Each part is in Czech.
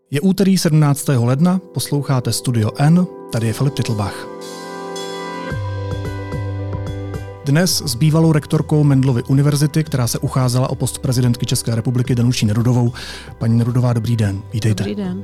Je úterý 17. ledna, posloucháte Studio N, tady je Filip Titlbach. Dnes s bývalou rektorkou Mendelovy univerzity, která se ucházela o post prezidentky České republiky, Danuší Nerudovou. Paní Nerudová, dobrý den, vítejte. Dobrý den.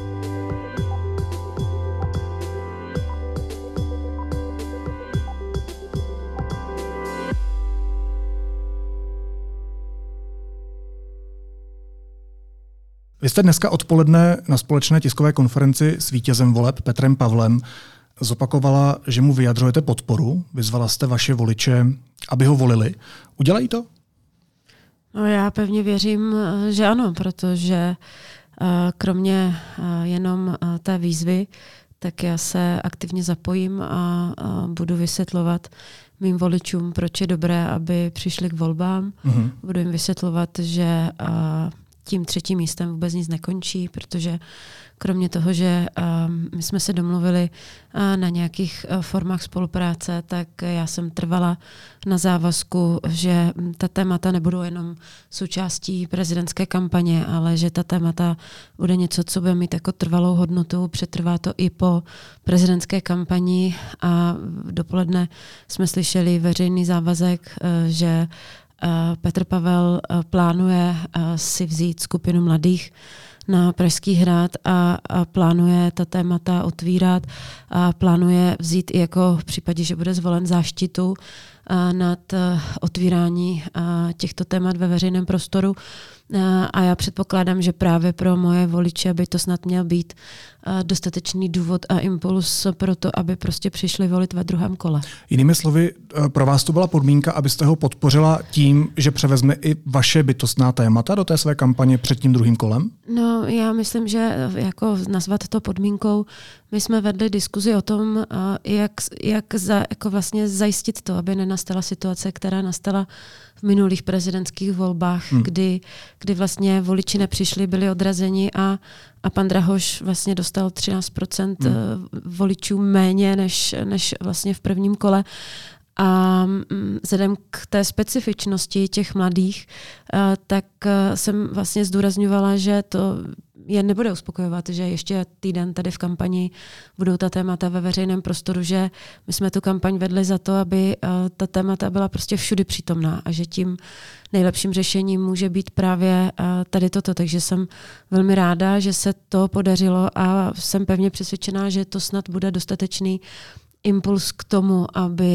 Vy jste dneska odpoledne na společné tiskové konferenci s vítězem voleb Petrem Pavlem zopakovala, že mu vyjadřujete podporu. Vyzvala jste vaše voliče, aby ho volili. Udělají to? No, já pevně věřím, že ano, protože kromě jenom té výzvy, tak já se aktivně zapojím a budu vysvětlovat mým voličům, proč je dobré, aby přišli k volbám. Budu jim vysvětlovat, že tím třetím místem vůbec nic nekončí, protože kromě toho, že my jsme se domluvili na nějakých formách spolupráce, tak já jsem trvala na závazku, že ta témata nebudou jenom součástí prezidentské kampaně, ale že ta témata bude něco, co bude mít jako trvalou hodnotu, přetrvá to i po prezidentské kampani a dopoledne jsme slyšeli veřejný závazek, že Petr Pavel plánuje si vzít skupinu mladých na Pražský hrad a plánuje ta témata otvírat a plánuje vzít i jako v případě, že bude zvolen záštitu nad otvírání těchto témat ve veřejném prostoru. A já předpokládám, že právě pro moje voliče by to snad měl být dostatečný důvod a impuls pro to, aby prostě přišli volit ve druhém kole. Jinými slovy, pro vás to byla podmínka, abyste ho podpořila tím, že převezme i vaše bytostná témata do té své kampaně před tím druhým kolem? No, já myslím, že jako nazvat to podmínkou, my jsme vedli diskuzi o tom, jak vlastně zajistit to, aby nenastala situace, která nastala v minulých prezidentských volbách, kdy vlastně voliči nepřišli, byli odrazeni a pan Drahoš vlastně dostal 13% voličů méně než vlastně v prvním kole. A vzhledem k té specifičnosti těch mladých, tak jsem vlastně zdůrazňovala, že to je nebude uspokojovat, že ještě týden tady v kampani budou ta témata ve veřejném prostoru, že my jsme tu kampaň vedli za to, aby ta témata byla prostě všudy přítomná a že tím nejlepším řešením může být právě tady toto. Takže jsem velmi ráda, že se to podařilo a jsem pevně přesvědčená, že to snad bude dostatečný impuls k tomu,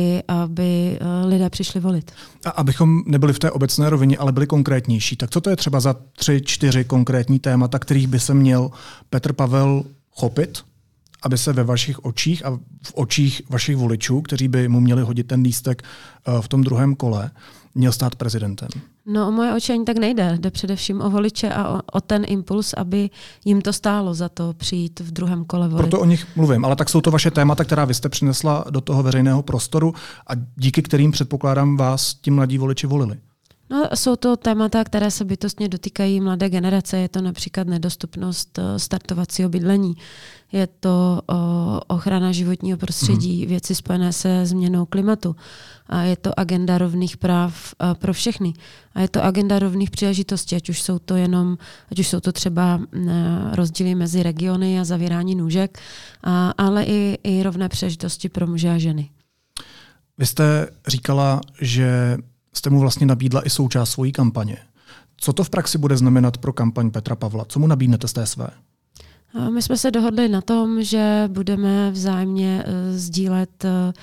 aby lidé přišli volit. A abychom nebyli v té obecné rovině, ale byli konkrétnější, tak co to je třeba za 3-4 konkrétní témata, kterých by se měl Petr Pavel chopit, aby se ve vašich očích a v očích vašich voličů, kteří by mu měli hodit ten lístek v tom druhém kole, měl stát prezidentem? No, o moje oči ani tak nejde. Jde především o voliče a o ten impuls, aby jim to stálo za to přijít v druhém kole volit. Proto o nich mluvím, ale tak jsou to vaše témata, která vy jste přinesla do toho veřejného prostoru a díky kterým, předpokládám, vás ti mladí voliči volili. No, jsou to témata, které se bytostně dotýkají mladé generace. Je to například nedostupnost startovacího bydlení. Je to ochrana životního prostředí, věci spojené se změnou klimatu. A je to agenda rovných práv pro všechny. A je to agenda rovných příležitostí, ať už jsou to třeba rozdíly mezi regiony a zavírání nůžek, ale i rovné příležitosti pro muže a ženy. Vy jste říkala, že jste mu vlastně nabídla i součást svojí kampaně. Co to v praxi bude znamenat pro kampaň Petra Pavla? Co mu nabídnete z té své? My jsme se dohodli na tom, že budeme vzájemně sdílet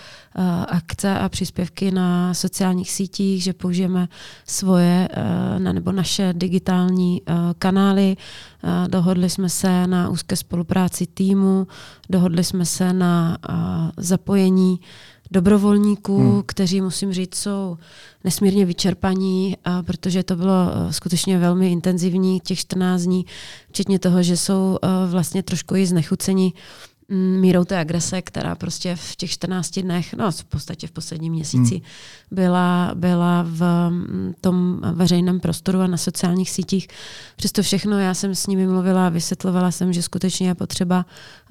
akce a příspěvky na sociálních sítích, že použijeme svoje nebo naše digitální kanály. Dohodli jsme se na úzké spolupráci týmu, dohodli jsme se na zapojení dobrovolníků, kteří, musím říct, jsou nesmírně vyčerpaní, protože to bylo skutečně velmi intenzivní těch 14 dní, včetně toho, že jsou vlastně trošku i znechuceni mírou té agrese, která prostě v těch 14 dnech, no v podstatě v posledním měsíci byla v tom veřejném prostoru a na sociálních sítích. Přesto všechno já jsem s nimi mluvila a vysvětlovala jsem, že skutečně je potřeba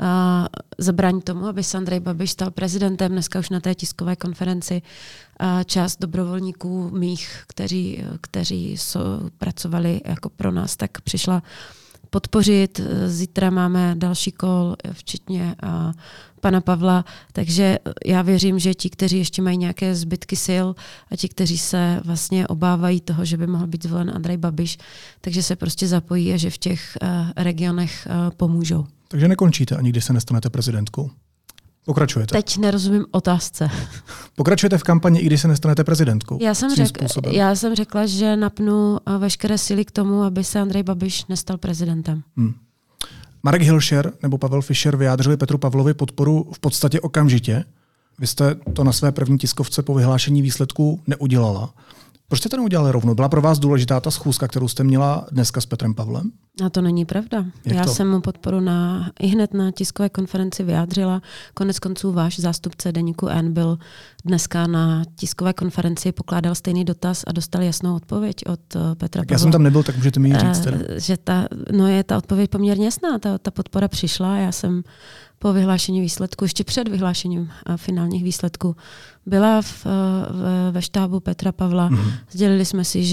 zabránit tomu, aby se Andrej Babiš stal prezidentem. Dneska už na té tiskové konferenci část dobrovolníků mých, kteří pracovali jako pro nás, tak přišla podpořit. Zítra máme další kol, včetně pana Pavla, takže já věřím, že ti, kteří ještě mají nějaké zbytky sil a ti, kteří se vlastně obávají toho, že by mohl být zvolen Andrej Babiš, takže se prostě zapojí a že v těch regionech pomůžou. Takže nekončíte ani když se nestanete prezidentkou? Pokračujete? Teď nerozumím otázce. Pokračujete v kampani, i když se nestanete prezidentkou? Já jsem řekla, že napnu veškeré síly k tomu, aby se Andrej Babiš nestal prezidentem. Marek Hilšer nebo Pavel Fischer vyjádřili Petru Pavlovi podporu v podstatě okamžitě. Vy jste to na své první tiskovce po vyhlášení výsledků neudělala. Proč jste to neudělali rovnou? Byla pro vás důležitá ta schůzka, kterou jste měla dneska s Petrem Pavlem? A to není pravda. Já jsem mu podporu i hned na tiskové konferenci vyjádřila. Konec konců váš zástupce deníku N byl dneska na tiskové konferenci, pokládal stejný dotaz a dostal jasnou odpověď od Petra Pavla. Já jsem tam nebyl, tak můžete mi ji říct. Že je ta odpověď poměrně jasná. Ta podpora přišla. Já jsem po vyhlášení výsledku, ještě před vyhlášením finálních výsledků, byla ve štábu Petra Pavla. Sdělili jsme si,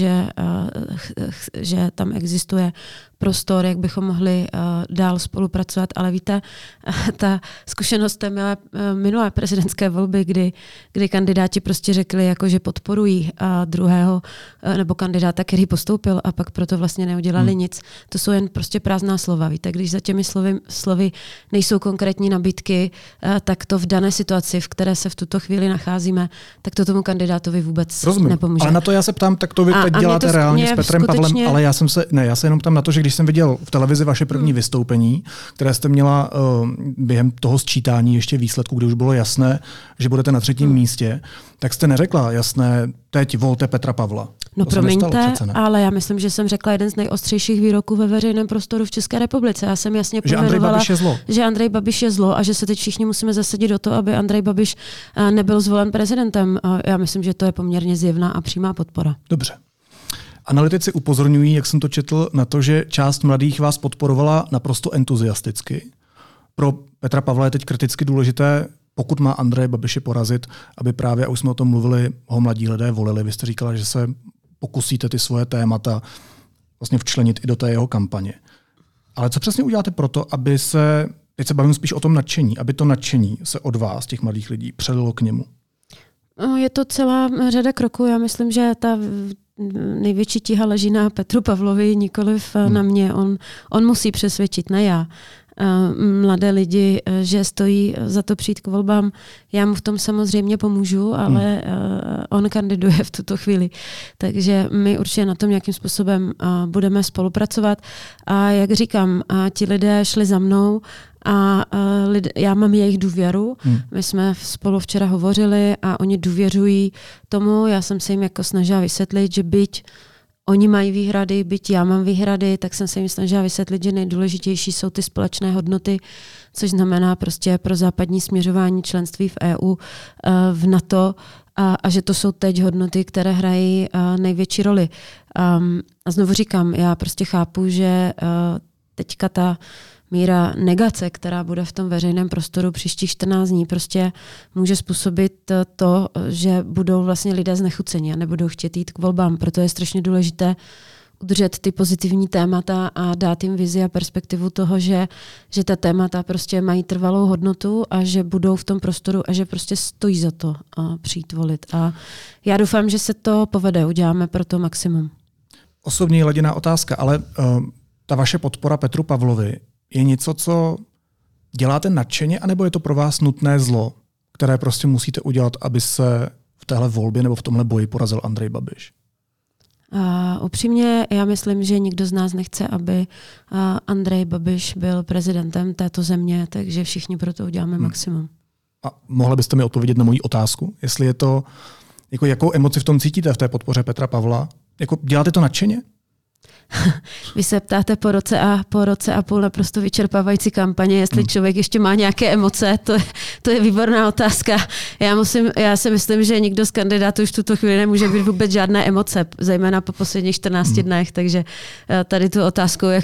že tam existuje prostor, jak bychom mohli dál spolupracovat, ale víte, ta zkušenost té minulé prezidentské volby, kdy kandidáti prostě řekli, jako, že podporují druhého nebo kandidáta, který postoupil a pak proto vlastně neudělali nic. To jsou jen prostě prázdná slova. Víte, když za těmi slovy nejsou konkrétní nabídky, tak to v dané situaci, v které se v tuto chvíli nacházíme, tak to tomu kandidátovi vůbec nepomůže. Ale na to já se ptám, tak to vy teď děláte reálně s Petrem Pavlem, ale já se jenom ptám na to, že když jsem viděl v televizi vaše první vystoupení, které jste měla během toho sčítání ještě výsledků, kdy už bylo jasné, že budete na 3. místě, tak jste neřekla jasné, teď volte Petra Pavla. No promiňte, ale já myslím, že jsem řekla jeden z nejostřejších výroků ve veřejném prostoru v České republice. Já jsem jasně pojmenovala, že Andrej Babiš je zlo a že se teď všichni musíme zasadit o to, aby Andrej Babiš nebyl zvolen prezidentem. Já myslím, že to je poměrně zjevná a přímá podpora. Dobře. Analytici upozorňují, jak jsem to četl, na to, že část mladých vás podporovala naprosto entuziasticky. Pro Petra Pavla je teď kriticky důležité, pokud má Andreje Babiše porazit, aby právě, a už jsme o tom mluvili, ho mladí lidé volili. Vy jste říkala, že se pokusíte ty svoje témata vlastně včlenit i do té jeho kampaně. Ale co přesně uděláte proto, aby se, teď se bavím spíš o tom nadšení, aby to nadšení se od vás, těch mladých lidí, přelilo k němu? Je to celá řada kroků. Já myslím, že ta největší tíha leží na Petru Pavlovi, nikoliv na mě. On musí přesvědčit, ne já. Mladé lidi, že stojí za to přijít k volbám. Já mu v tom samozřejmě pomůžu, ale on kandiduje v tuto chvíli. Takže my určitě na tom nějakým způsobem budeme spolupracovat. A jak říkám, ti lidé šli za mnou a já mám jejich důvěru. My jsme spolu včera hovořili a oni důvěřují tomu. Já jsem se jim jako snažila vysvětlit, že byť oni mají výhrady, byť já mám výhrady, tak jsem se jim snažila vysvětlit, že nejdůležitější jsou ty společné hodnoty, což znamená prostě pro západní směřování členství v EU, v NATO a že to jsou teď hodnoty, které hrají největší roli. A znovu říkám, já prostě chápu, že teďka ta míra negace, která bude v tom veřejném prostoru příštích 14 dní, prostě může způsobit to, že budou vlastně lidé znechuceni a nebudou chtět jít k volbám. Proto je strašně důležité udržet ty pozitivní témata a dát jim vizi a perspektivu toho, že ta témata prostě mají trvalou hodnotu a že budou v tom prostoru a že prostě stojí za to přijít volit. A já doufám, že se to povede, uděláme pro to maximum. Osobní laděná otázka, ale ta vaše podpora Petru Pavlovi je něco, co děláte nadšeně, anebo je to pro vás nutné zlo, které prostě musíte udělat, aby se v téhle volbě nebo v tomhle boji porazil Andrej Babiš? Upřímně, já myslím, že nikdo z nás nechce, aby Andrej Babiš byl prezidentem této země, takže všichni pro to uděláme maximum. A mohla byste mi odpovědět na moji otázku? Jestli je to, jakou emoci v tom cítíte v té podpoře Petra Pavla? Děláte to nadšeně? Vy se ptáte po roce a půl naprosto vyčerpávající kampaně, jestli člověk ještě má nějaké emoce, to je výborná otázka. Já si myslím, že nikdo z kandidátů už v tuto chvíli nemůže být vůbec žádné emoce, zejména po posledních 14 dnech, takže tady tu otázku jako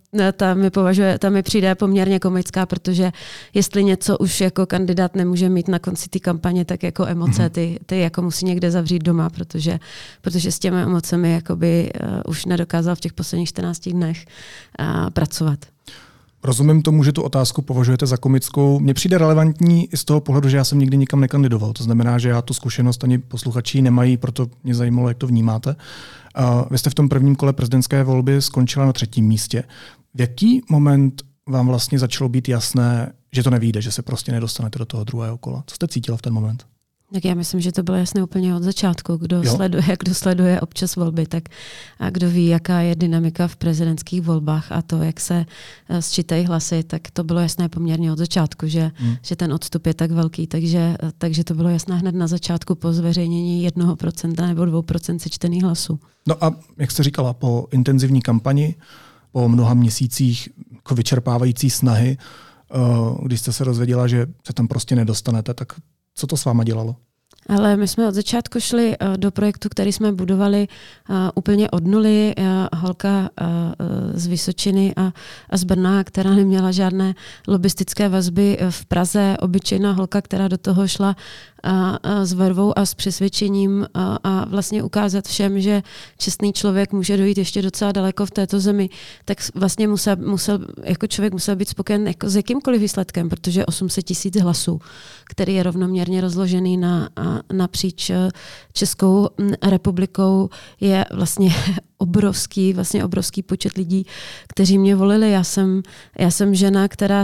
ta mi přijde poměrně komická, protože jestli něco už jako kandidát nemůže mít na konci té kampaně, tak jako emoce, ty jako musí někde zavřít doma, protože s těmi emocemi jakoby už nedokázal v těch posledních 14 dnech pracovat. Rozumím tomu, že tu otázku považujete za komickou. Mně přijde relevantní i z toho pohledu, že já jsem nikdy nikam nekandidoval. To znamená, že já tu zkušenost ani posluchači nemají, proto mě zajímalo, jak to vnímáte. Vy jste v tom prvním kole prezidentské volby skončila na 3. místě. V jaký moment vám vlastně začalo být jasné, že to nevyjde, že se prostě nedostanete do toho druhého kola? Co jste cítila v ten moment? Tak já myslím, že to bylo jasné úplně od začátku. Kdo sleduje občas volby, tak a kdo ví, jaká je dynamika v prezidentských volbách a to, jak se sčítají hlasy, tak to bylo jasné poměrně od začátku, že ten odstup je tak velký. Takže to bylo jasné hned na začátku po zveřejnění 1% nebo 2% sečtených hlasů. No a jak jste říkala, po intenzivní kampani, po mnoha měsících jako vyčerpávající snahy, když jste se dozvěděla, že se tam prostě nedostanete, tak co to s váma dělalo? Ale my jsme od začátku šli do projektu, který jsme budovali úplně od nuly. Holka z Vysočiny a z Brna, která neměla žádné lobistické vazby v Praze, obyčejná holka, která do toho šla s vervou a s přesvědčením a vlastně ukázat všem, že čestný člověk může dojít ještě docela daleko v této zemi, tak vlastně jako člověk musel být spokojen jako s jakýmkoliv výsledkem, protože 800 000 hlasů, který je rovnoměrně rozložený napříč Českou republikou, je vlastně obrovský počet lidí, kteří mě volili. Já jsem žena, která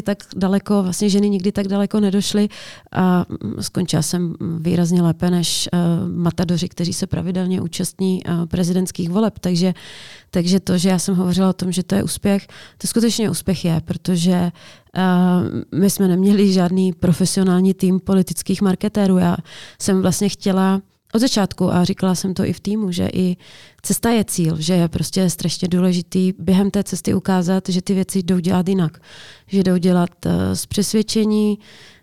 ženy nikdy tak daleko nedošly a skončila jsem výrazně lépe než matadoři, kteří se pravidelně účastní prezidentských voleb. Takže to, že já jsem hovořila o tom, že to je úspěch, to skutečně úspěch je, protože my jsme neměli žádný profesionální tým politických marketérů. Já jsem vlastně chtěla od začátku, a říkala jsem to i v týmu, že i cesta je cíl, že je prostě strašně důležitý během té cesty ukázat, že ty věci jdou dělat jinak. Že jdou dělat z přesvědčení,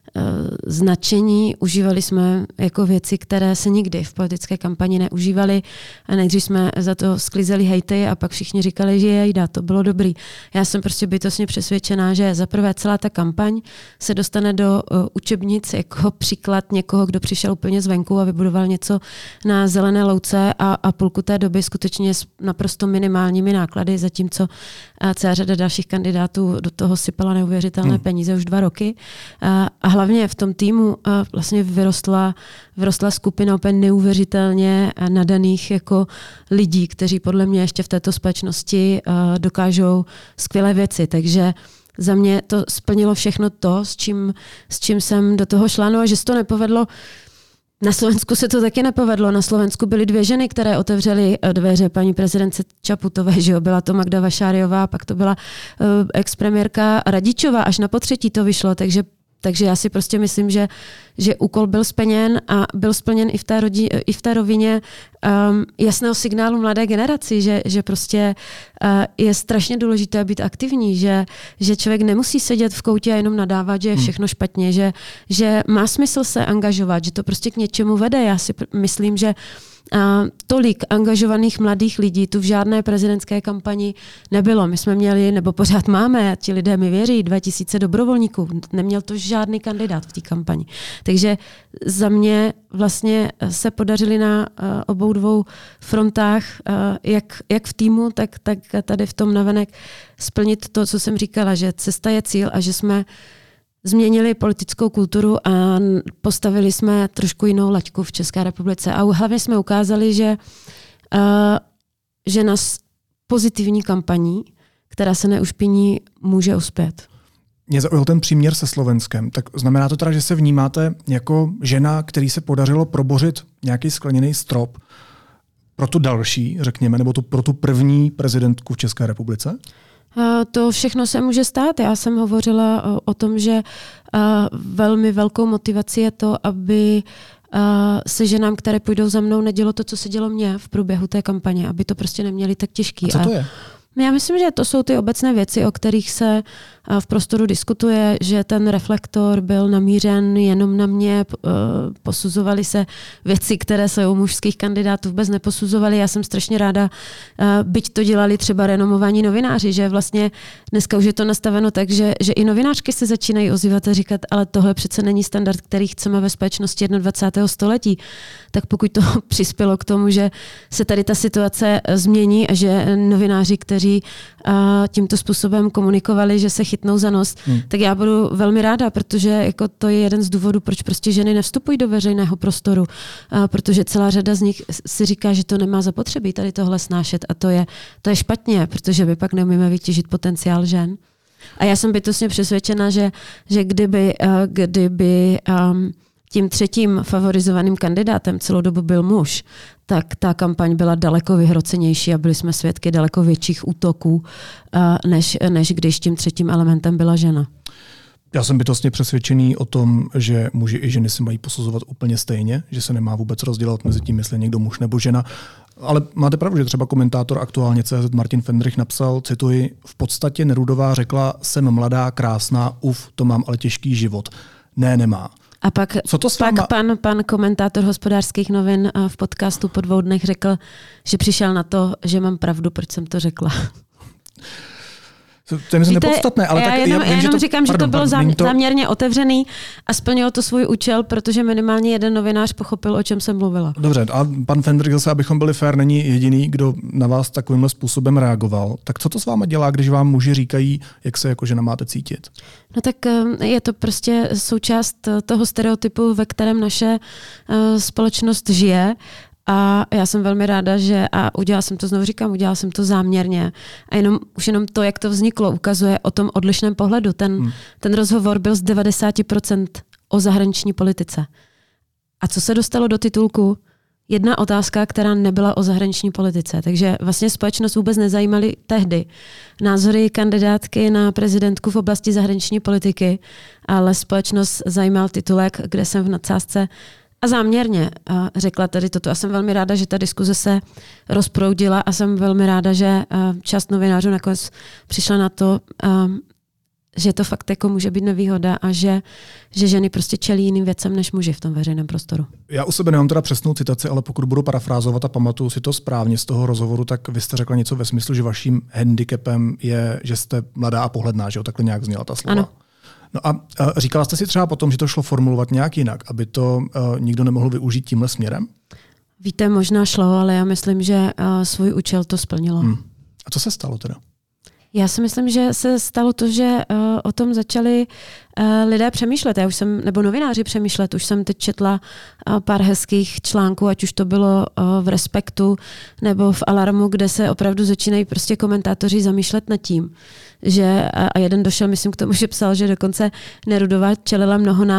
značení. Užívali jsme jako věci, které se nikdy v politické kampani neužívaly. A nejdřív jsme za to sklízeli hejty a pak všichni říkali, že jejda, to bylo dobrý. Já jsem prostě bytostně přesvědčená, že za prvé celá ta kampaň se dostane do učebnic jako příklad někoho, kdo přišel úplně zvenku a vybudoval něco na zelené louce a půlku té doby skutečně s naprosto minimálními náklady, zatímco celá řada dalších kandidátů do toho sypala neuvěřitelné peníze už 2 roky. A hlavně v tom týmu vlastně vyrostla skupina úplně neuvěřitelně nadaných jako lidí, kteří podle mě ještě v této společnosti dokážou skvělé věci. Takže za mě to splnilo všechno to, s čím jsem do toho šla. No a že se to nepovedlo, na Slovensku se to taky nepovedlo. Na Slovensku byly 2 ženy, které otevřely dveře paní prezidentce Čaputové, že jo? Byla to Magda Vašáriová, pak to byla expremiérka Radičová, až na potřetí to vyšlo, takže já si prostě myslím, že úkol byl splněn a byl splněn i v té rovině jasného signálu mladé generaci, že prostě je strašně důležité být aktivní, že člověk nemusí sedět v koutě a jenom nadávat, že je všechno špatně, že má smysl se angažovat, že to prostě k něčemu vede. Já si myslím, že tolik angažovaných mladých lidí tu v žádné prezidentské kampani nebylo. My jsme měli, nebo pořád máme, a ti lidé mi věří, 2000 dobrovolníků. Neměl to žádný kandidát v té kampani. Takže za mě vlastně se podařili na obou 2 frontách, jak v týmu, tak tady v tom navenek splnit to, co jsem říkala, že cesta je cíl a že jsme změnili politickou kulturu a postavili jsme trošku jinou laťku v České republice. A hlavně jsme ukázali, že nás pozitivní kampaní, která se neušpiní, může uspět. Mě zaujal ten příměr se Slovenskem. Tak znamená to teda, že se vnímáte jako žena, který se podařilo probořit nějaký skleněný strop pro tu další, řekněme, nebo pro tu první prezidentku v České republice? To všechno se může stát. Já jsem hovořila o tom, že velmi velkou motivací je to, aby se ženám, které půjdou za mnou, nedělo to, co se dělo mně v průběhu té kampaně, aby to prostě neměli tak těžký. A co to je? Já myslím, že to jsou ty obecné věci, o kterých se v prostoru diskutuje, že ten reflektor byl namířen jenom na mě, posuzovaly se věci, které se u mužských kandidátů vůbec neposuzovaly. Já jsem strašně ráda, byť to dělali třeba renomovaní novináři, že vlastně dneska už je to nastaveno tak, že i novinářky se začínají ozývat a říkat, ale tohle přece není standard, který chceme ve společnosti 21. století. Tak pokud to přispělo k tomu, že se tady ta situace změní a že novináři, kteří tímto způsobem komunikovali, že se chytnou za nos, tak já budu velmi ráda, protože jako to je jeden z důvodů, proč prostě ženy nevstupují do veřejného prostoru, protože celá řada z nich si říká, že to nemá zapotřebí tady tohle snášet a to je špatně, protože my pak neumíme vytěžit potenciál žen. A já jsem bytostně přesvědčena, že kdyby tím třetím favorizovaným kandidátem celou dobu byl muž, tak ta kampaň byla daleko vyhrocenější a byli jsme svědky daleko větších útoků, než když tím třetím elementem byla žena. Já jsem bytostně přesvědčený o tom, že muži i ženy si mají posuzovat úplně stejně, že se nemá vůbec rozdělat mezi tím, jestli někdo muž nebo žena. Ale máte pravdu, že třeba komentátor Aktuálně CZ Martin Fendrich napsal, cituji, v podstatě Nerudová řekla, jsem mladá, krásná, to mám ale těžký život. Ne, nemá. A pak pan komentátor Hospodářských novin v podcastu po 2 dnech řekl, že přišel na to, že mám pravdu, proč jsem to řekla. To je myslím nepodstatné, ale já jenom říkám, že to bylo záměrně otevřený a splnilo to svůj účel, protože minimálně jeden novinář pochopil, o čem jsem mluvila. Dobře, a pan Fendrich zase, abychom byli fair, není jediný, kdo na vás takovýmhle způsobem reagoval. Tak co to s váma dělá, když vám muži říkají, jak se jako žena máte cítit? No tak je to prostě součást toho stereotypu, ve kterém naše společnost žije. A já jsem velmi ráda, a udělala jsem to záměrně. A už jenom to, jak to vzniklo, ukazuje o tom odlišném pohledu. Ten rozhovor byl z 90% o zahraniční politice. A co se dostalo do titulku? Jedna otázka, která nebyla o zahraniční politice. Takže vlastně společnost vůbec nezajímaly tehdy názory kandidátky na prezidentku v oblasti zahraniční politiky, ale společnost zajímal titulek, kde jsem v nadsázce a záměrně řekla tady toto. A jsem velmi ráda, že ta diskuze se rozproudila a jsem velmi ráda, že část novinářů nakonec přišla na to, že to fakt jako může být nevýhoda a že ženy prostě čelí jiným věcem než muži v tom veřejném prostoru. Já u sebe nemám teda přesnou citaci, ale pokud budu parafrázovat a pamatuju si to správně z toho rozhovoru, tak vy jste řekla něco ve smyslu, že vaším handicapem je, že jste mladá a pohledná, že jo? Takhle nějak zněla ta slova. Ano. No a říkala jste si třeba potom, že to šlo formulovat nějak jinak, aby to nikdo nemohl využít tímhle směrem? Víte, možná šlo, ale já myslím, že svůj účel to splnilo. A co se stalo teda? Já si myslím, že se stalo to, že o tom začali lidé přemýšlet. Nebo novináři přemýšlet. Už jsem teď četla pár hezkých článků, ať už to bylo v Respektu nebo v Alarmu, kde se opravdu začínají prostě komentátoři zamýšlet nad tím, že a jeden došel, myslím, k tomu, že psal, že dokonce Nerudová čelila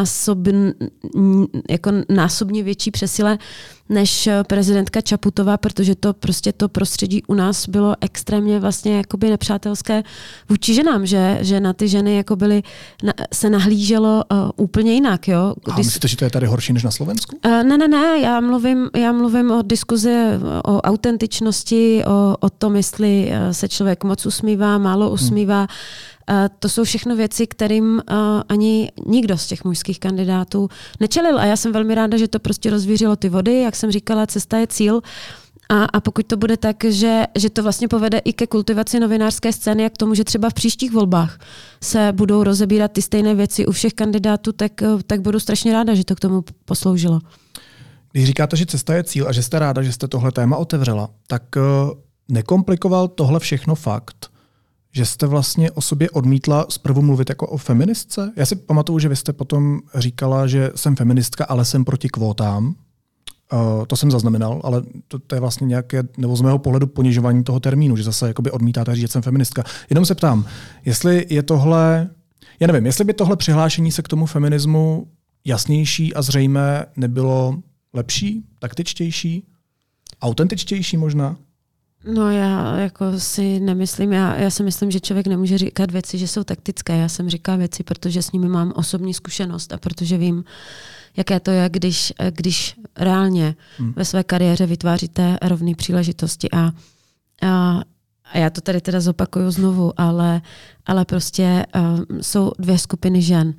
násobně větší přesile než prezidentka Čaputová, protože to prostě to prostředí u nás bylo extrémně vlastně jakoby nepřátelské vůči ženám, že na ty ženy jako se nahlíželo úplně jinak. Jo? A myslíte, že to je tady horší než na Slovensku? Ne, já mluvím o diskuzi, o autentičnosti, o tom, jestli se člověk moc usmívá, málo usmívá. To jsou všechno věci, kterým ani nikdo z těch mužských kandidátů nečelil. A já jsem velmi ráda, že to prostě rozvířilo ty vody. Jak jsem říkala, cesta je cíl. A pokud to bude tak, že to vlastně povede i ke kultivaci novinářské scény a k tomu, že třeba v příštích volbách se budou rozebírat ty stejné věci u všech kandidátů, tak budu strašně ráda, že to k tomu posloužilo. Když říkáte, že cesta je cíl a že jste ráda, že jste tohle téma otevřela, tak nekomplikoval tohle všechno fakt, že jste vlastně o sobě odmítla zprvu mluvit jako o feministce? Já si pamatuju, že vy jste potom říkala, že jsem feministka, ale jsem proti kvótám. To jsem zaznamenal, ale to je vlastně nějaké, nebo z mého pohledu ponižování toho termínu, že zase jakoby odmítáte říct, že jsem feministka. Jenom se ptám, jestli je tohle, já nevím, jestli by tohle přihlášení se k tomu feminismu jasnější a zřejmé nebylo lepší, taktičtější, autentičtější možná? No já jako si nemyslím, já si myslím, že člověk nemůže říkat věci, že jsou taktické. Já jsem říká věci, protože s nimi mám osobní zkušenost a protože vím, jaké to je, když reálně ve své kariéře vytváříte rovné příležitosti. A a já to tady teda zopakuju znovu, ale prostě jsou dvě skupiny žen.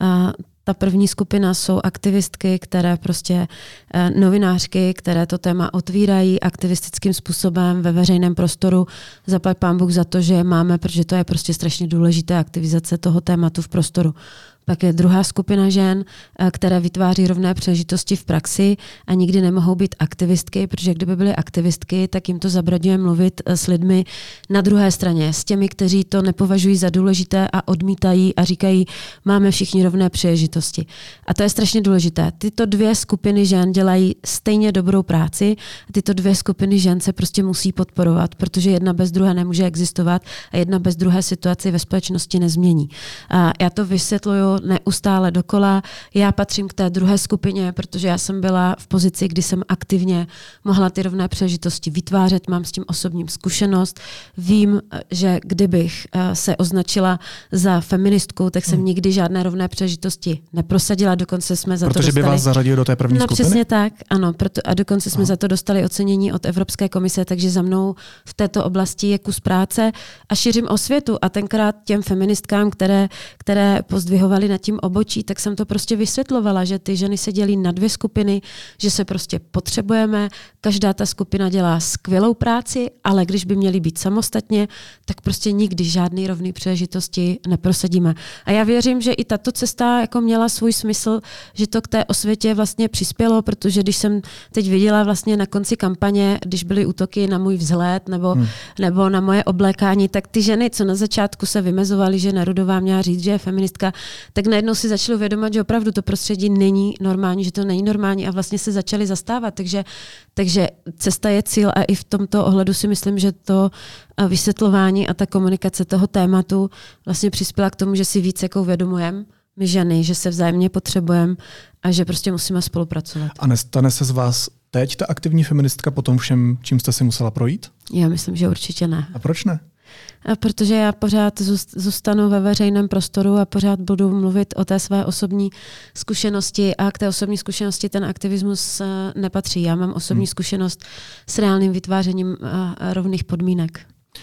Ta první skupina jsou aktivistky, které prostě novinářky, které to téma otvírají aktivistickým způsobem ve veřejném prostoru. Zaplať pán Bůh za to, že je máme, protože to je prostě strašně důležité aktivizace toho tématu v prostoru. Pak je druhá skupina žen, které vytváří rovné příležitosti v praxi a nikdy nemohou být aktivistky, protože kdyby byly aktivistky, tak jim to zabraňuje mluvit s lidmi na druhé straně, s těmi, kteří to nepovažují za důležité a odmítají a říkají, máme všichni rovné příležitosti. A to je strašně důležité. Tyto dvě skupiny žen dělají stejně dobrou práci a tyto dvě skupiny žen se prostě musí podporovat, protože jedna bez druhé nemůže existovat a jedna bez druhé situaci ve společnosti nezmění. A já to vysvětluju neustále dokola. Já patřím k té druhé skupině, protože já jsem byla v pozici, kdy jsem aktivně mohla ty rovné příležitosti vytvářet, mám s tím osobní zkušenost. Vím, že kdybych se označila za feministku, tak jsem nikdy žádné rovné příležitosti neprosadila, dokonce jsme za to dostali. Protože by vás zařadili do té první skupiny? Přesně tak, ano. A dokonce jsme za to dostali ocenění od Evropské komise, takže za mnou v této oblasti je kus práce a šířím osvětu. A tenkrát těm feministkám, které pozdvihovaly nad tím obočí, tak jsem to prostě vysvětlovala, že ty ženy se dělí na dvě skupiny, že se prostě potřebujeme, každá ta skupina dělá skvělou práci, ale když by měly být samostatně, tak prostě nikdy žádný rovný příležitosti neprosadíme. A já věřím, že i tato cesta jako měla svůj smysl, že to k té osvětě vlastně přispělo, protože když jsem teď viděla vlastně na konci kampaně, když byly útoky na můj vzhled nebo na moje oblékání, tak ty ženy, co na začátku se vymezovaly, že Nerudová měla říct, že je feministka, tak najednou si začali uvědomit, že opravdu to prostředí není normální, že to není normální a vlastně se začali zastávat. Takže cesta je cíl a i v tomto ohledu si myslím, že to vysvětlování a ta komunikace toho tématu vlastně přispěla k tomu, že si víc jako uvědomujeme, my ženy, že se vzájemně potřebujeme a že prostě musíme spolupracovat. A nestane se z vás teď ta aktivní feministka po tom všem, čím jste si musela projít? Já myslím, že určitě ne. A proč ne? A protože já pořád zůstanu ve veřejném prostoru a pořád budu mluvit o té své osobní zkušenosti a k té osobní zkušenosti ten aktivismus nepatří. Já mám osobní zkušenost s reálným vytvářením rovných podmínek.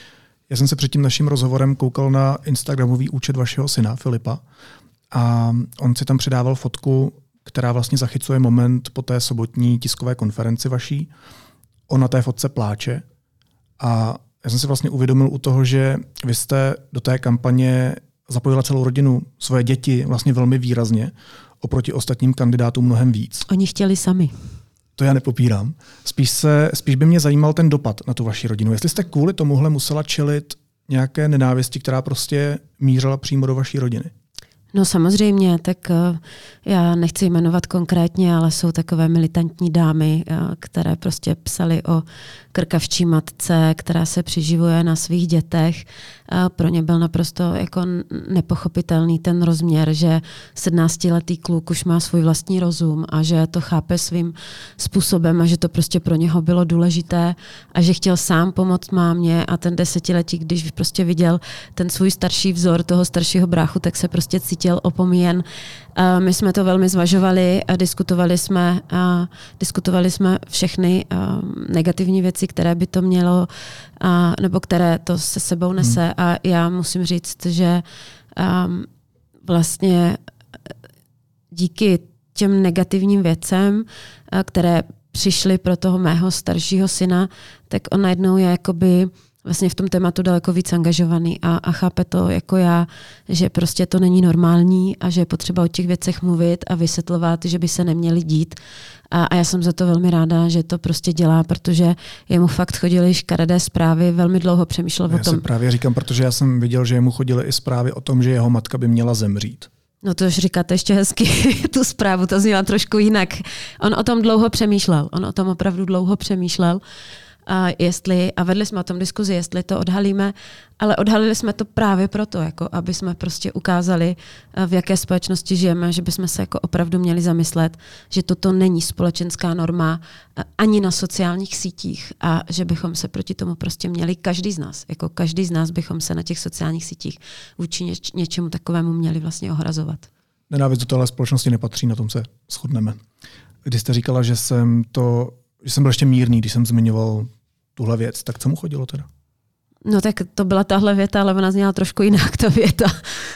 Já jsem se před tím naším rozhovorem koukal na instagramový účet vašeho syna Filipa a on si tam přidával fotku, která vlastně zachycuje moment po té sobotní tiskové konferenci vaší. On na té fotce pláče a já jsem si vlastně uvědomil u toho, že vy jste do té kampaně zapojila celou rodinu, svoje děti vlastně velmi výrazně, oproti ostatním kandidátům mnohem víc. Oni chtěli sami. To já nepopírám. Spíš by mě zajímal ten dopad na tu vaši rodinu. Jestli jste kvůli tomuhle musela čelit nějaké nenávisti, která prostě mířila přímo do vaší rodiny. No samozřejmě, tak já nechci jmenovat konkrétně, ale jsou takové militantní dámy, které prostě psaly o krkavčí matce, která se přiživuje na svých dětech. Pro ně byl naprosto jako nepochopitelný ten rozměr, že 17letý kluk už má svůj vlastní rozum a že to chápe svým způsobem a že to prostě pro něho bylo důležité a že chtěl sám pomoct mámě a ten 10letý, když prostě viděl ten svůj starší vzor toho staršího bráchu, tak se prostě cítil opomíjen. My jsme to velmi zvažovali a diskutovali jsme všechny negativní věci, které by to mělo, nebo které to se sebou nese. A já musím říct, že vlastně díky těm negativním věcem, které přišly pro toho mého staršího syna, tak on najednou je jakoby vlastně v tom tématu daleko víc angažovaný a chápe to jako já, že prostě to není normální a že je potřeba o těch věcech mluvit a vysvětlovat, že by se neměly dít. A já jsem za to velmi ráda, že to prostě dělá, protože jemu fakt chodily škaredé zprávy, velmi dlouho přemýšlel o tom. Já si právě říkám, protože já jsem viděl, že jemu chodily i zprávy o tom, že jeho matka by měla zemřít. No to už říkáte ještě hezky, tu zprávu, to zněla trošku jinak. On o tom dlouho přemýšlel, on o tom opravdu dlouho přemýšlel. A vedli jsme o tom diskuzi, jestli to odhalíme, ale odhalili jsme to právě proto, jako aby jsme prostě ukázali, v jaké společnosti žijeme, že bychom se jako opravdu měli zamyslet, že toto není společenská norma ani na sociálních sítích a že bychom se proti tomu prostě měli každý z nás bychom se na těch sociálních sítích vůči něčemu takovému měli vlastně ohrazovat. Nenávist do téhle společnosti nepatří, na tom se shodneme. Když jste říkala, že jsem byl ještě mírný, když jsem zmiňoval tuhle věc, tak co mu chodilo teda? No tak to byla tahle věta, ale ona zněla trošku jinak, ta věta.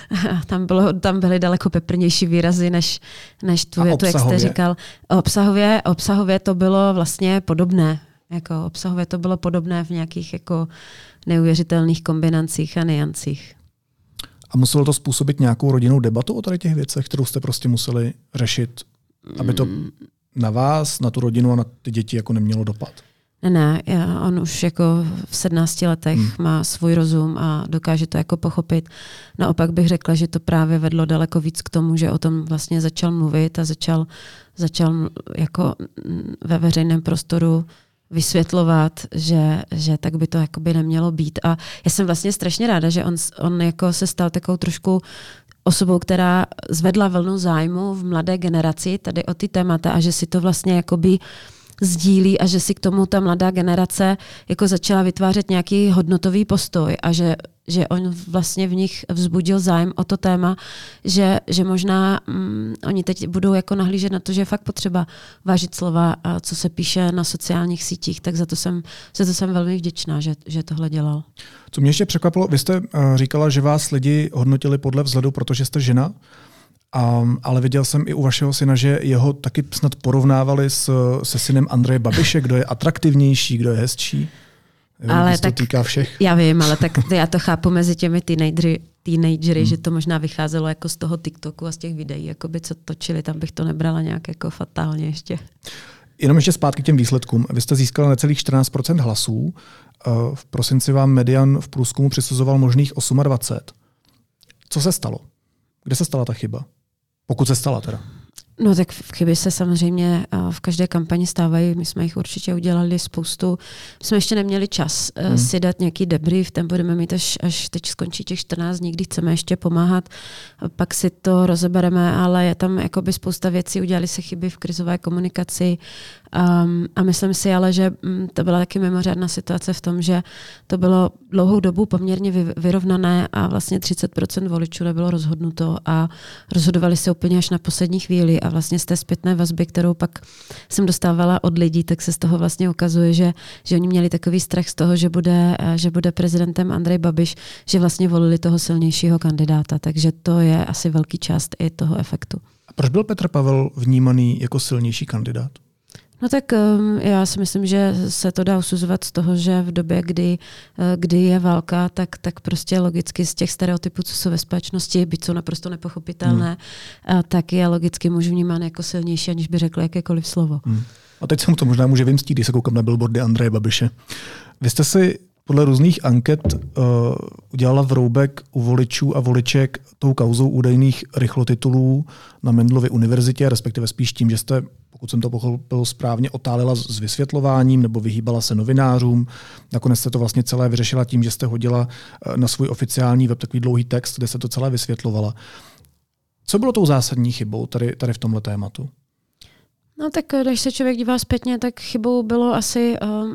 Tam byly daleko peprnější výrazy, než tu větu, jak jste říkal. Obsahově to bylo vlastně podobné. Jako obsahově to bylo podobné v nějakých jako neuvěřitelných kombinacích a niancích. A muselo to způsobit nějakou rodinnou debatu o tady těch věcech, kterou jste prostě museli řešit, aby to na vás, na tu rodinu a na ty děti jako nemělo dopad? Ne, on už jako v 17 letech má svůj rozum a dokáže to jako pochopit. Naopak bych řekla, že to právě vedlo daleko víc k tomu, že o tom vlastně začal mluvit a začal jako ve veřejném prostoru vysvětlovat, že tak by to jakoby nemělo být. A já jsem vlastně strašně ráda, že on jako se stal takovou trošku osobou, která zvedla vlnu zájmu v mladé generaci tady o ty témata a že si to vlastně jakoby sdílí a že si k tomu ta mladá generace jako začala vytvářet nějaký hodnotový postoj a že on vlastně v nich vzbudil zájem o to téma, že možná oni teď budou jako nahlížet na to, že je fakt potřeba vážit slova, co se píše na sociálních sítích, tak za to jsem velmi vděčná, že tohle dělal. Co mě ještě překvapilo, vy jste říkala, že vás lidi hodnotili podle vzhledu, protože jste žena, ale viděl jsem i u vašeho syna, že jeho taky snad porovnávali se synem Andreje Babiše, kdo je atraktivnější, kdo je hezčí. Ale tak to týká všech. Já vím, ale tak já to chápu mezi těmi teenagery, že to možná vycházelo jako z toho TikToku a z těch videí, jakoby, co točili, tam bych to nebrala nějak jako fatálně ještě. Jenom ještě zpátky k těm výsledkům. Vy jste získal necelých 14% hlasů. V prosinci vám Median v průzkumu přisuzoval možných 28%. Co se stalo? Kde se stala ta chyba? Pokud se stala teda. No tak chyby se samozřejmě v každé kampani stávají. My jsme jich určitě udělali spoustu. My jsme ještě neměli čas si dát nějaký debrief, ten budeme mít až teď skončí těch 14 dní, kdy chceme ještě pomáhat. Pak si to rozebereme, ale je tam jakoby spousta věcí. Udělali se chyby v krizové komunikaci a myslím si ale, že to byla taky mimořádná situace v tom, že to bylo dlouhou dobu poměrně vyrovnané a vlastně 30% voličů nebylo rozhodnuto a rozhodovali se úplně až na poslední chvíli a vlastně z té zpětné vazby, kterou pak jsem dostávala od lidí, tak se z toho vlastně ukazuje, že oni měli takový strach z toho, že bude prezidentem Andrej Babiš, že vlastně volili toho silnějšího kandidáta, takže to je asi velký část i toho efektu. A proč byl Petr Pavel vnímaný jako silnější kandidát? No tak já si myslím, že se to dá usuzovat z toho, že v době, kdy je válka, tak prostě logicky z těch stereotypů, co jsou ve společnosti, byť jsou naprosto nepochopitelné, tak je logicky muž vnímán jako silnější, aniž by řekl jakékoliv slovo. A teď se mu to možná může vymstít, když se koukám na billboardy Andreje Babiše. Vy jste si podle různých anket udělala vroubek u voličů a voliček tou kauzou údajných rychlotitulů na Mendelově univerzitě, respektive spíš tím, že jste, pokud jsem to pochopil správně, otálela s vysvětlováním nebo vyhýbala se novinářům. Nakonec jste to vlastně celé vyřešila tím, že jste hodila na svůj oficiální web takový dlouhý text, kde se to celé vysvětlovala. Co bylo tou zásadní chybou tady v tomhle tématu? No tak když se člověk dívá zpětně, tak chybou bylo asi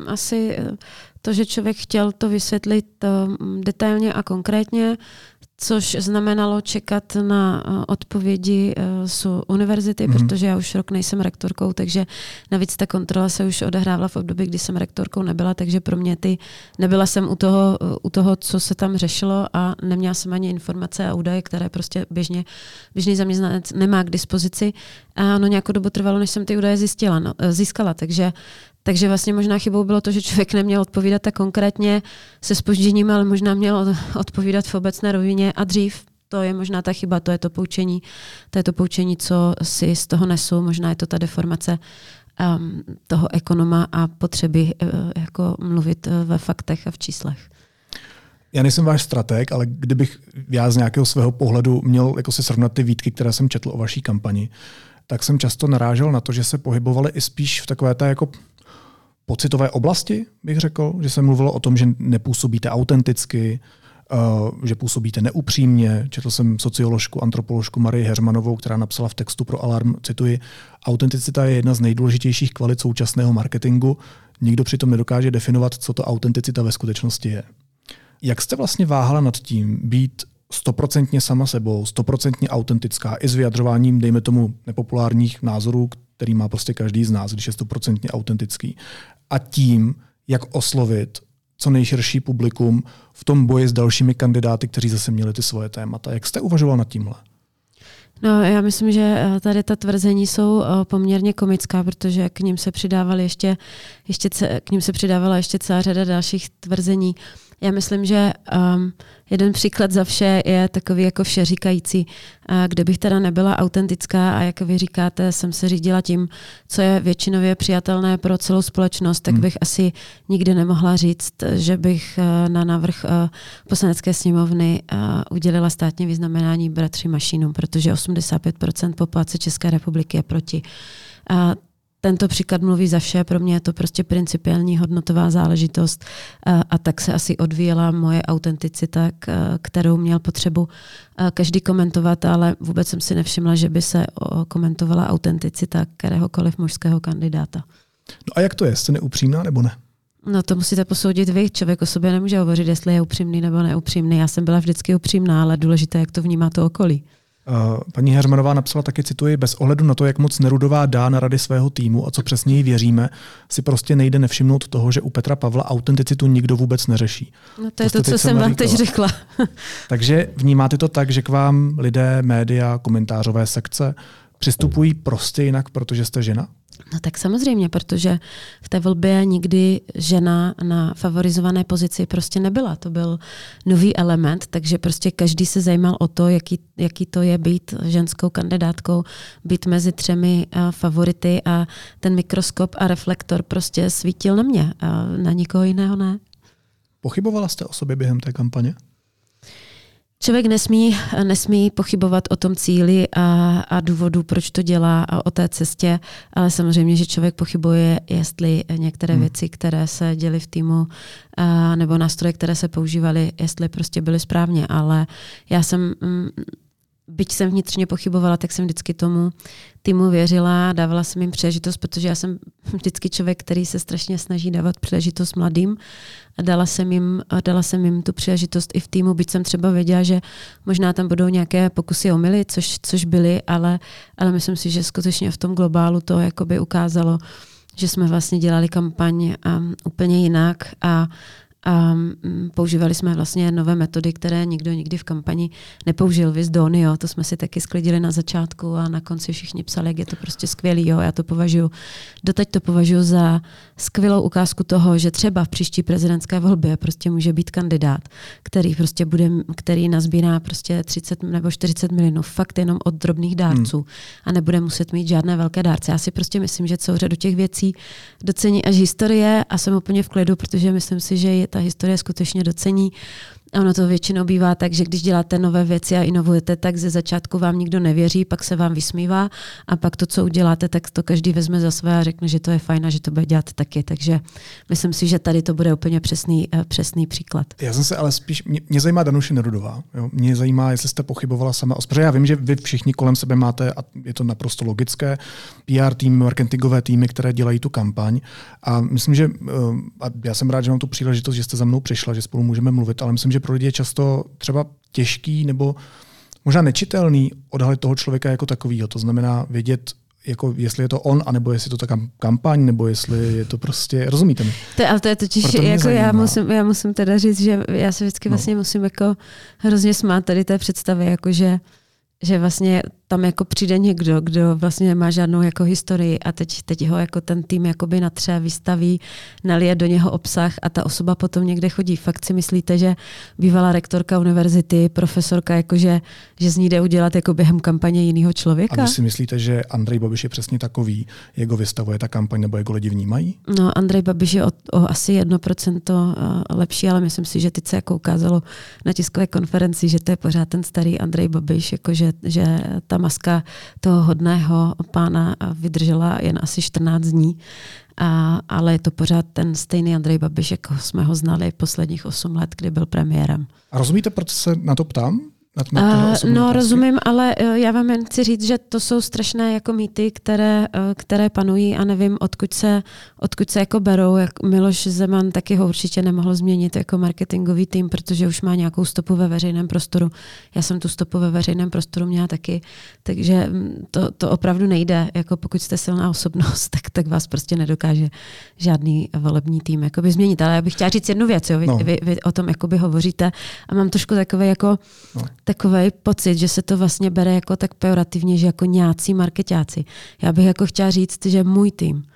to, že člověk chtěl to vysvětlit detailně a konkrétně, což znamenalo čekat na odpovědi z univerzity, protože já už rok nejsem rektorkou, takže navíc ta kontrola se už odehrávala v období, kdy jsem rektorkou nebyla, takže pro mě nebyla jsem u toho, co se tam řešilo a neměla jsem ani informace a údaje, které prostě běžný zaměstnanec nemá k dispozici. A nějakou dobu trvalo, než jsem ty údaje získala, takže vlastně možná chybou bylo to, že člověk neměl odpovídat tak konkrétně se zpožděním, ale možná měl odpovídat v obecné rovině a dřív. To je možná ta chyba, to je to poučení, co si z toho nesu. Možná je to ta deformace toho ekonoma a potřeby jako mluvit ve faktech a v číslech. Já nejsem váš strateg, ale kdybych já z nějakého svého pohledu měl jako si srovnat ty výtky, které jsem četl o vaší kampani, tak jsem často narážel na to, že se pohybovali i spíš v takové té jako pocitové oblasti, bych řekl, že se mluvilo o tom, že nepůsobíte autenticky, že působíte neupřímně. Četl jsem socioložku, antropoložku Marii Heřmanovou, která napsala v textu pro Alarm, cituji, autenticita je jedna z nejdůležitějších kvalit současného marketingu. Nikdo přitom nedokáže definovat, co to autenticita ve skutečnosti je. Jak jste vlastně váhala nad tím být 100% sama sebou, 100% autentická i s vyjadřováním, dejme tomu, nepopulárních názorů, který má prostě každý z nás, když je 100% autentický. A tím, jak oslovit co nejširší publikum v tom boji s dalšími kandidáty, kteří zase měli ty svoje témata. Jak jste uvažoval nad tímhle? No, já myslím, že tady ta tvrzení jsou poměrně komická, protože k ním se přidávala ještě celá řada dalších tvrzení. Já myslím, že jeden příklad za vše je takový jako všeříkající. Kdybych teda nebyla autentická a jak vy říkáte, jsem se řídila tím, co je většinově přijatelné pro celou společnost, tak bych asi nikdy nemohla říct, že bych na návrh Poslanecké sněmovny udělila státní vyznamenání bratři Mašínům, protože 85% populace České republiky je proti. Tento příklad mluví za vše, pro mě je to prostě principiální hodnotová záležitost a tak se asi odvíjela moje autenticita, kterou měl potřebu každý komentovat, ale vůbec jsem si nevšimla, že by se komentovala autenticita kteréhokoliv mužského kandidáta. No a jak to je? Jste neupřímná nebo ne? No to musíte posoudit vy. Člověk o sobě nemůže hovořit, jestli je upřímný nebo neupřímný. Já jsem byla vždycky upřímná, ale důležité, jak to vnímá to okolí. Paní Heřmanová napsala taky, cituji, bez ohledu na to, jak moc Nerudová dá na rady svého týmu a co přesně jí věříme, si prostě nejde nevšimnout toho, že u Petra Pavla autenticitu nikdo vůbec neřeší. No to je to, co jsem vám teď řekla. Takže vnímáte to tak, že k vám lidé, média, komentářové sekce přistupují prostě jinak, protože jste žena? No tak samozřejmě, protože v té volbě nikdy žena na favorizované pozici prostě nebyla. To byl nový element, takže prostě každý se zajímal o to, jaký to je být ženskou kandidátkou, být mezi 3 favority a ten mikroskop a reflektor prostě svítil na mě a na nikoho jiného ne. Pochybovala jste o sobě během té kampaně? Člověk nesmí pochybovat o tom cíli a důvodu, proč to dělá a o té cestě, ale samozřejmě, že člověk pochybuje, jestli některé věci, které se děly v týmu nebo nástroje, které se používaly, jestli prostě byly správně, ale já jsem, byť jsem vnitřně pochybovala, tak jsem vždycky tomu týmu věřila, dávala jsem jim příležitost, protože já jsem vždycky člověk, který se strašně snaží dávat příležitost mladým a dala jsem jim tu příležitost i v týmu, byť jsem třeba věděla, že možná tam budou nějaké pokusy omyly, což byly, ale myslím si, že skutečně v tom globálu to jakoby ukázalo, že jsme vlastně dělali kampaň úplně jinak a používali jsme vlastně nové metody, které nikdo nikdy v kampani nepoužil. Viz Donio, to jsme si taky sklidili na začátku a na konci všichni psali, jak je to prostě skvělý. Jo. Já to doteď to považuji za skvělou ukázku toho, že třeba v příští prezidentské volbě prostě může být kandidát, který nazbírá prostě 30 nebo 40 milionů fakt jenom od drobných dárců a nebude muset mít žádné velké dárce. Já si prostě myslím, že celou řadu těch věcí docení až historie a jsem úplně v klidu, protože myslím si, že ta historie skutečně docení. A ono to většinou bývá tak, že když děláte nové věci a inovujete, tak ze začátku vám nikdo nevěří, pak se vám vysmívá a pak to, co uděláte, tak to každý vezme za své a řekne, že to je fajn a že to bude dělat taky. Takže myslím si, že tady to bude úplně přesný příklad. Já jsem se ale spíš, mě zajímá Danuše Nerudová. Jo? Mě zajímá, jestli jste pochybovala sama. Protože já vím, že vy všichni kolem sebe máte, a je to naprosto logické, PR týmy, marketingové týmy, které dělají tu kampaň. A myslím, že a já jsem rád, že mám tu příležitost, že jste za mnou přišla, že spolu můžeme mluvit, ale myslím, že pro lidi je často třeba těžký nebo možná nečitelný odhalit toho člověka jako takovýho. To znamená vědět, jako jestli je to on, anebo jestli je to ta kampaň, nebo jestli je to prostě, rozumíte mi? Ale to je totiž, jako já musím teda říct, že já se vždycky vlastně musím jako hrozně smát tady té představy, jakože že vlastně tam jako přijde někdo, kdo vlastně nemá žádnou jako historii a teď ho jako ten tým jakoby natře, vystaví, nalije do něho obsah a ta osoba potom někde chodí. Fakt si myslíte, že bývalá rektorka univerzity, profesorka, jakože, že z ní jde udělat jako během kampaně jiného člověka? A vy si myslíte, že Andrej Babiš je přesně takový, jak ho vystavuje ta kampaň, nebo jak ho lidi vnímají? No, Andrej Babiš je o asi 1% lepší, ale myslím si, že teď se jako ukázalo na tiskové konferenci, že to je pořád ten starý Andrej Babiš, jakože že ta maska toho hodného pána vydržela jen asi 14 dní, ale je to pořád ten stejný Andrej Babiš, jako jsme ho znali posledních 8 let, kdy byl premiérem. A rozumíte, proč se na to ptám? No, rozumím, ale já vám jen chci říct, že to jsou strašné jako mýty, které panují a nevím, odkud se jako berou. Jak Miloš Zeman taky ho určitě nemohl změnit jako marketingový tým, protože už má nějakou stopu ve veřejném prostoru. Já jsem tu stopu ve veřejném prostoru měla taky, takže to opravdu nejde. Jako pokud jste silná osobnost, tak vás prostě nedokáže žádný volební tým jakoby změnit. Ale já bych chtěla říct jednu věc. Jo. Vy o tom jakoby hovoříte a mám trošku takový pocit, že se to vlastně bere jako tak pejorativně, že jako nějací markeťáci. Já bych jako chtěla říct, že můj tým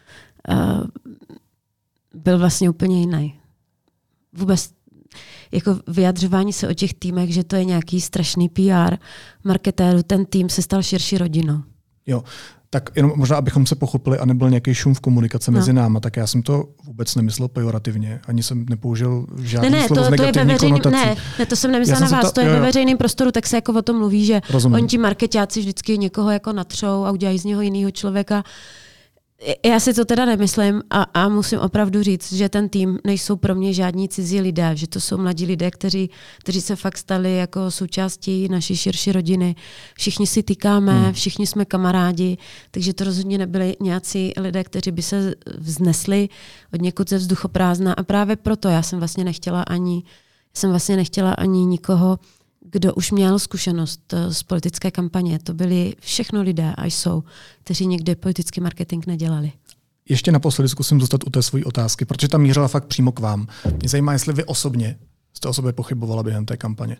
byl vlastně úplně jiný. Vůbec jako vyjadřování se o těch týmech, že to je nějaký strašný PR marketéru, ten tým se stal širší rodinou. Jo, tak jenom možná, abychom se pochopili a nebyl nějaký šum v komunikaci mezi náma, tak já jsem to vůbec nemyslel pejorativně, ani jsem nepoužil žádný slovo s negativní konotací. Ne, to jsem nemyslela na vás, to je ve veřejném prostoru, tak se jako o tom mluví, že oni ti markeťáci vždycky někoho jako natřou a udělají z něho jinýho člověka. Já si to teda nemyslím a musím opravdu říct, že ten tým nejsou pro mě žádní cizí lidé, že to jsou mladí lidé, kteří se fakt stali jako součástí naší širší rodiny. Všichni si tykáme, všichni jsme kamarádi, takže to rozhodně nebyli nějací lidé, kteří by se vznesli od někud ze vzduchoprázdna a právě proto já jsem vlastně nechtěla ani nikoho, kdo už měl zkušenost z politické kampaně. To byli všechno lidé a jsou, kteří někdy politický marketing nedělali. Ještě naposledy zkusím zůstat u té své otázky, protože ta mířila fakt přímo k vám. Mě zajímá, jestli vy osobně jste o sobě pochybovala během té kampaně.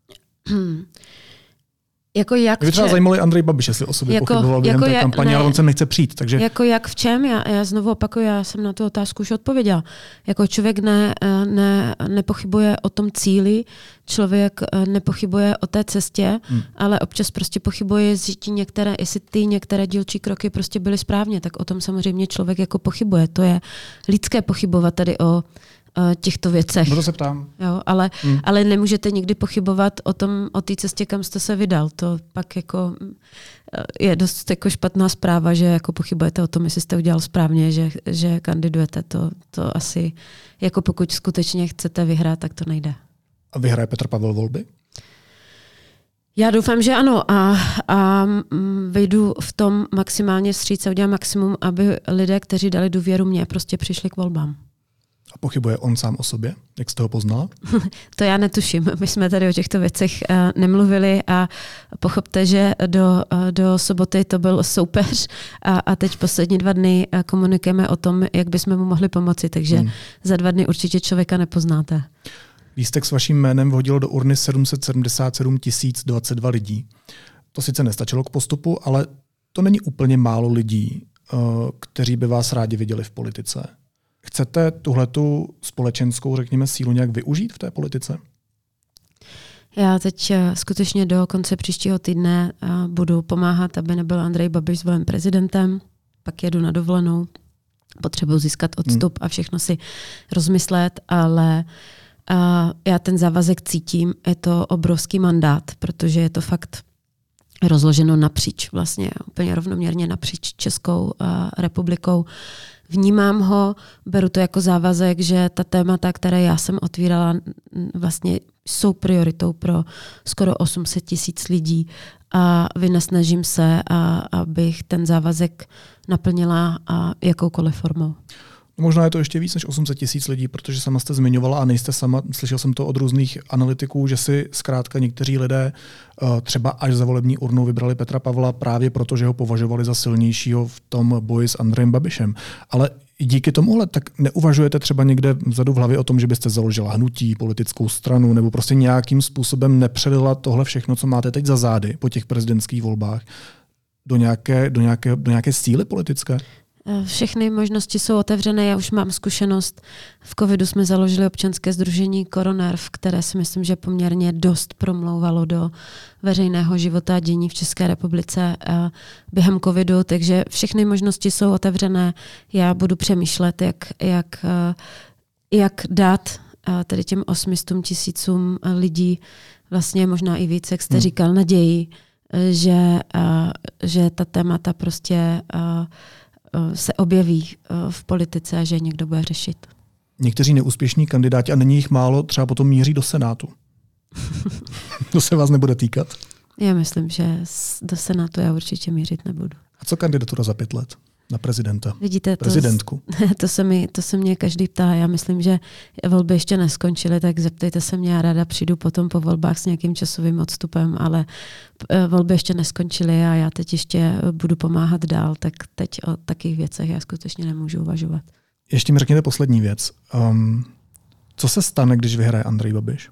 Jako jak mě třeba zajímalo Andrej Babiš, jestli o sobě pochyboval během té kampaně, ale on sem nechce přijít. Takže... Jako jak v čem? Já znovu opakuju, já jsem na tu otázku už odpověděla. Jako člověk nepochybuje o tom cíli, člověk nepochybuje o té cestě, ale občas prostě pochybuje, jestli ty některé dílčí kroky prostě byly správně, tak o tom samozřejmě člověk jako pochybuje. To je lidské pochybovat tady o těchto věcech. No to se ptám. Jo, ale nemůžete nikdy pochybovat o té cestě, kam jste se vydal. To pak jako je dost jako špatná zpráva, že jako pochybujete o tom, jestli jste udělal správně, že kandidujete. To asi, jako pokud skutečně chcete vyhrát, tak to nejde. A vyhraje Petr Pavel volby? Já doufám, že ano a vyjdu v tom maximálně vstříc a udělám maximum, aby lidé, kteří dali důvěru mně, prostě přišli k volbám. A pochybuje on sám o sobě? Jak jste ho poznala? To já netuším. My jsme tady o těchto věcech nemluvili a pochopte, že do soboty to byl soupeř a teď poslední 2 dny komunikujeme o tom, jak bychom mu mohli pomoci, takže za 2 dny určitě člověka nepoznáte. Lístek s vaším jménem vhodilo do urny 777 022 lidí. To sice nestačilo k postupu, ale to není úplně málo lidí, kteří by vás rádi viděli v politice. Chcete tuhletu společenskou, řekněme, sílu nějak využít v té politice? Já teď skutečně do konce příštího týdne budu pomáhat, aby nebyl Andrej Babiš zvolen prezidentem, pak jedu na dovolenou, potřebuji získat odstup a všechno si rozmyslet, ale já ten závazek cítím, je to obrovský mandát, protože je to fakt rozloženo napříč, vlastně úplně rovnoměrně napříč Českou republikou. Vnímám ho, beru to jako závazek, že ta témata, které já jsem otvírala, vlastně jsou prioritou pro skoro 800 000 lidí a vynasnažím se, abych ten závazek naplnila jakoukoliv formou. Možná je to ještě víc než 800 000 lidí, protože sama jste zmiňovala a nejste sama, slyšel jsem to od různých analytiků, že si zkrátka někteří lidé třeba až za volební urnou vybrali Petra Pavla právě proto, že ho považovali za silnějšího v tom boji s Andrejem Babišem. Ale díky tomuhle tak neuvažujete třeba někde vzadu v hlavě o tom, že byste založila hnutí, politickou stranu nebo prostě nějakým způsobem nepřelila tohle všechno, co máte teď za zády po těch prezidentských volbách do nějaké síly politické? Všechny možnosti jsou otevřené, já už mám zkušenost. V covidu jsme založili občanské sdružení Koronerv, které si myslím, že poměrně dost promlouvalo do veřejného života a dění v České republice během covidu, takže všechny možnosti jsou otevřené. Já budu přemýšlet, jak dát tedy těm 800 000 lidí, vlastně možná i víc, jak jste říkal, naději, že ta témata prostě se objeví v politice a že někdo bude řešit. Někteří neúspěšní kandidáti, a není jich málo, třeba potom míří do Senátu. To se vás nebude týkat? Já myslím, že do Senátu já určitě mířit nebudu. A co kandidatura za 5 let na prezidenta? Vidíte, prezidentku? To se mě každý ptá. Já myslím, že volby ještě neskončily, tak zeptejte se mě, já ráda přijdu potom po volbách s nějakým časovým odstupem, ale volby ještě neskončily a já teď ještě budu pomáhat dál, tak teď o takových věcech já skutečně nemůžu uvažovat. Ještě mi řekněte poslední věc. Co se stane, když vyhraje Andrej Babiš?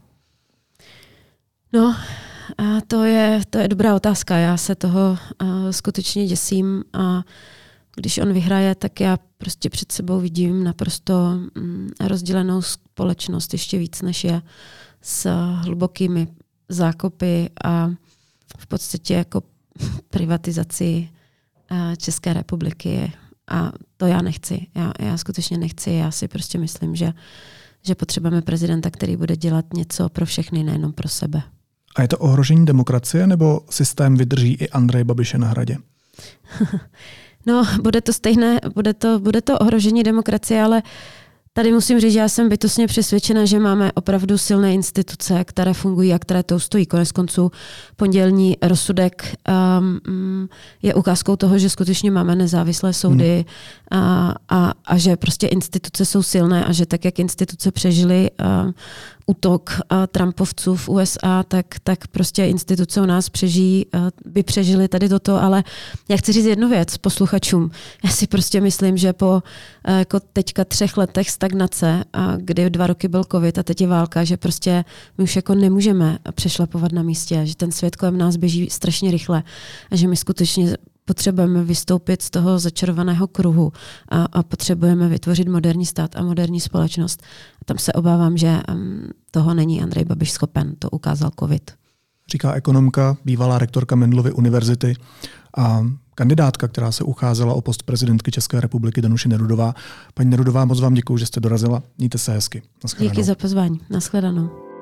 No, a to je dobrá otázka. Já se toho skutečně děsím a když on vyhraje, tak já prostě před sebou vidím naprosto rozdělenou společnost, ještě víc než je, s hlubokými zákopy a v podstatě jako privatizaci České republiky. A to já nechci. Já skutečně nechci. Já si prostě myslím, že potřebujeme prezidenta, který bude dělat něco pro všechny, nejenom pro sebe. A je to ohrožení demokracie, nebo systém vydrží i Andreje Babiše na hradě? No, bude to stejné, bude to ohrožení demokracie, ale tady musím říct, že já jsem bytostně přesvědčena, že máme opravdu silné instituce, které fungují a které to stojí. Koneckonců pondělní rozsudek je ukázkou toho, že skutečně máme nezávislé soudy a že prostě instituce jsou silné a že tak, jak instituce přežily útok Trumpovců v USA, tak prostě instituce u nás by přežily tady toto, ale já chci říct jednu věc posluchačům. Já si prostě myslím, že po jako teďka 3 letech stagnace, kdy 2 roky byl covid a teď je válka, že prostě my už jako nemůžeme přešlapovat na místě, že ten svět kolem nás běží strašně rychle a že my skutečně potřebujeme vystoupit z toho začarovaného kruhu a potřebujeme vytvořit moderní stát a moderní společnost. A tam se obávám, že toho není Andrej Babiš schopen. To ukázal covid. Říká ekonomka, bývalá rektorka Mendelovy univerzity a kandidátka, která se ucházela o post prezidentky České republiky, Danuše Nerudová. Paní Nerudová, moc vám děkuju, že jste dorazila. Mějte se hezky. Díky za pozvání. Nashledanou.